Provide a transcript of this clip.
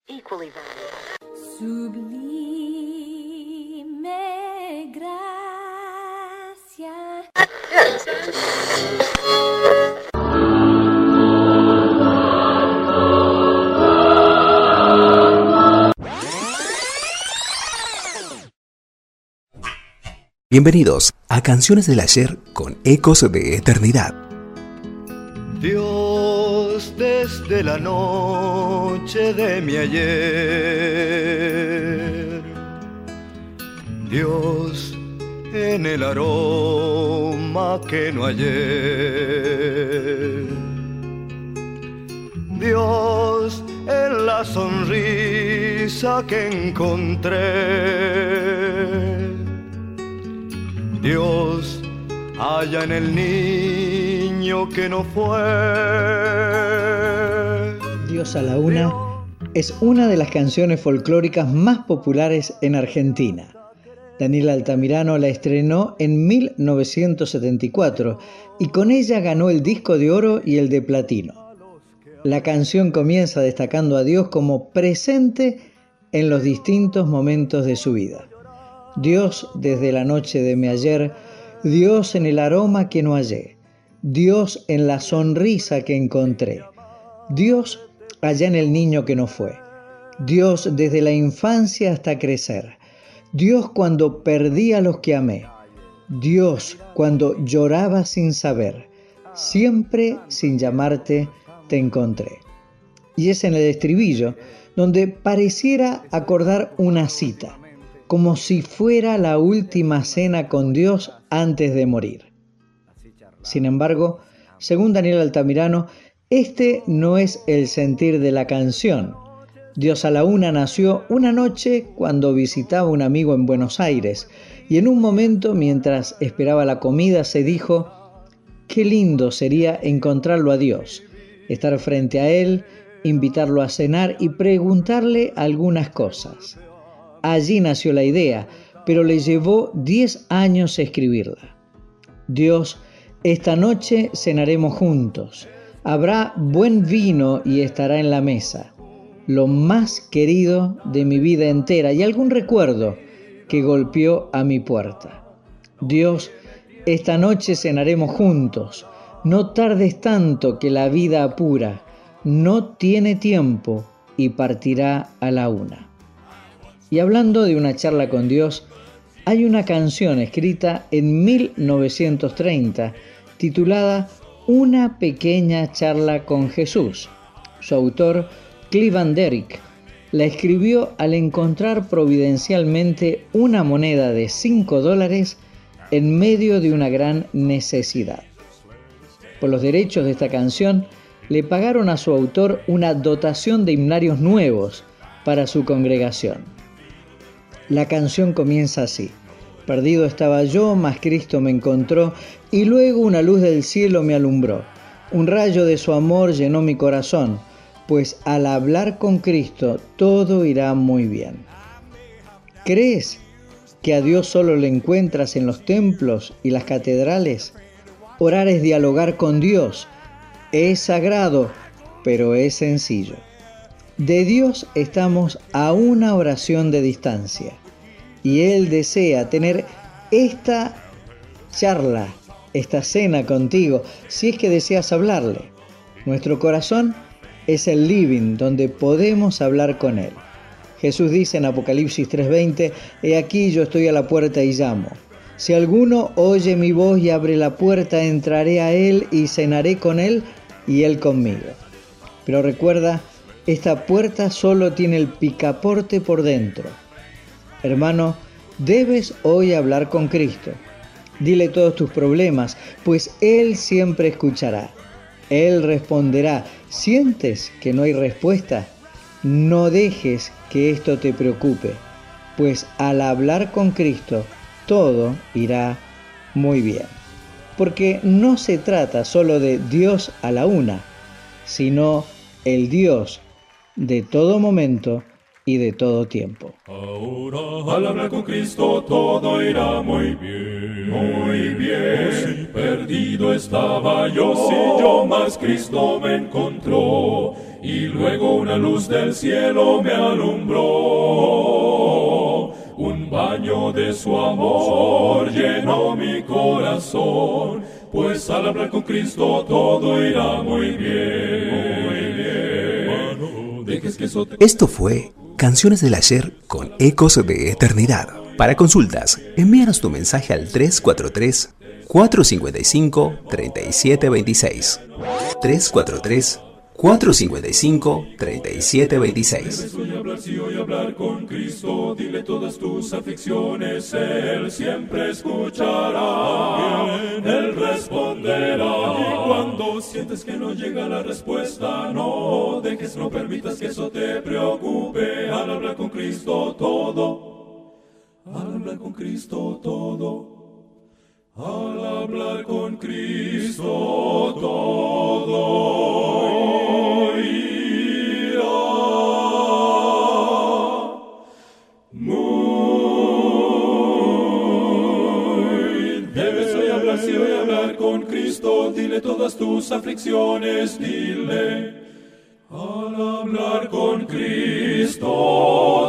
equally valuable. Sublime gracia. Yes. Bienvenidos a Canciones del Ayer con Ecos de Eternidad. Dios, desde la noche de mi ayer, Dios en el aroma que no hallé, Dios en la sonrisa que encontré, Dios allá en el niño que no fue. Dios a la una es una de las canciones folclóricas más populares en Argentina. Daniel Altamirano la estrenó en 1974 y con ella ganó el disco de oro y el de platino. La canción comienza destacando a Dios como presente en los distintos momentos de su vida. Dios desde la noche de mi ayer, Dios en el aroma que no hallé, Dios en la sonrisa que encontré, Dios allá en el niño que no fue, Dios desde la infancia hasta crecer, Dios cuando perdí a los que amé, Dios cuando lloraba sin saber, siempre sin llamarte te encontré. Y es en el estribillo donde pareciera acordar una cita, como si fuera la última cena con Dios antes de morir. Sin embargo, según Daniel Altamirano, este no es el sentir de la canción. Dios a la una nació una noche cuando visitaba a un amigo en Buenos Aires y en un momento, mientras esperaba la comida, se dijo: qué lindo sería encontrarlo a Dios, estar frente a Él, invitarlo a cenar y preguntarle algunas cosas. Allí nació la idea, pero le llevó 10 años escribirla. Dios, esta noche cenaremos juntos. Habrá buen vino y estará en la mesa. Lo más querido de mi vida entera y algún recuerdo que golpeó a mi puerta. Dios, esta noche cenaremos juntos. No tardes tanto que la vida apura. No tiene tiempo y partirá a la una. Y hablando de una charla con Dios, hay una canción escrita en 1930 titulada Una pequeña charla con Jesús. Su autor, Cleveland Derrick, la escribió al encontrar providencialmente una moneda de $5 en medio de una gran necesidad. Por los derechos de esta canción, le pagaron a su autor una dotación de himnarios nuevos para su congregación. La canción comienza así: perdido estaba yo, mas Cristo me encontró, y luego una luz del cielo me alumbró. Un rayo de su amor llenó mi corazón, pues al hablar con Cristo todo irá muy bien. ¿Crees que a Dios solo le encuentras en los templos y las catedrales? Orar es dialogar con Dios. Es sagrado, pero es sencillo. De Dios estamos a una oración de distancia y Él desea tener esta charla, esta cena contigo, si es que deseas hablarle. Nuestro corazón es el living donde podemos hablar con Él. Jesús dice en Apocalipsis 3:20, he aquí yo estoy a la puerta y llamo. Si alguno oye mi voz y abre la puerta, entraré a Él y cenaré con Él y Él conmigo. Pero recuerda, esta puerta solo tiene el picaporte por dentro. Hermano, debes hoy hablar con Cristo. Dile todos tus problemas, pues Él siempre escuchará. Él responderá. ¿Sientes que no hay respuesta? No dejes que esto te preocupe, pues al hablar con Cristo, todo irá muy bien. Porque no se trata solo de Dios a la una, sino el Dios de todo momento y de todo tiempo. Ahora al hablar con Cristo todo irá muy bien, muy bien. Oh, sí, perdido estaba yo, sí, yo, mas Cristo me encontró. y luego una luz del cielo me alumbró. Un baño de su amor llenó mi corazón, pues al hablar con Cristo todo irá muy bien. Muy bien. No dejes que eso te... Esto fue Canciones del Ayer con Ecos de Eternidad. Para consultas, envíanos tu mensaje al 343-455-3726. 343-455-3726. Debes hoy hablar, sí, hoy hablar con Cristo. Dile todas tus aflicciones, Él siempre escuchará. Él responderá. Y cuando sientes que no llega la respuesta, no dejes, no permitas que eso te preocupe. Al hablar con Cristo todo, al hablar con Cristo todo. Al hablar con Cristo todo irá muy. Debes hoy hablar, sí, hoy hablar con Cristo. Dile todas tus aflicciones, dile. Al hablar con Cristo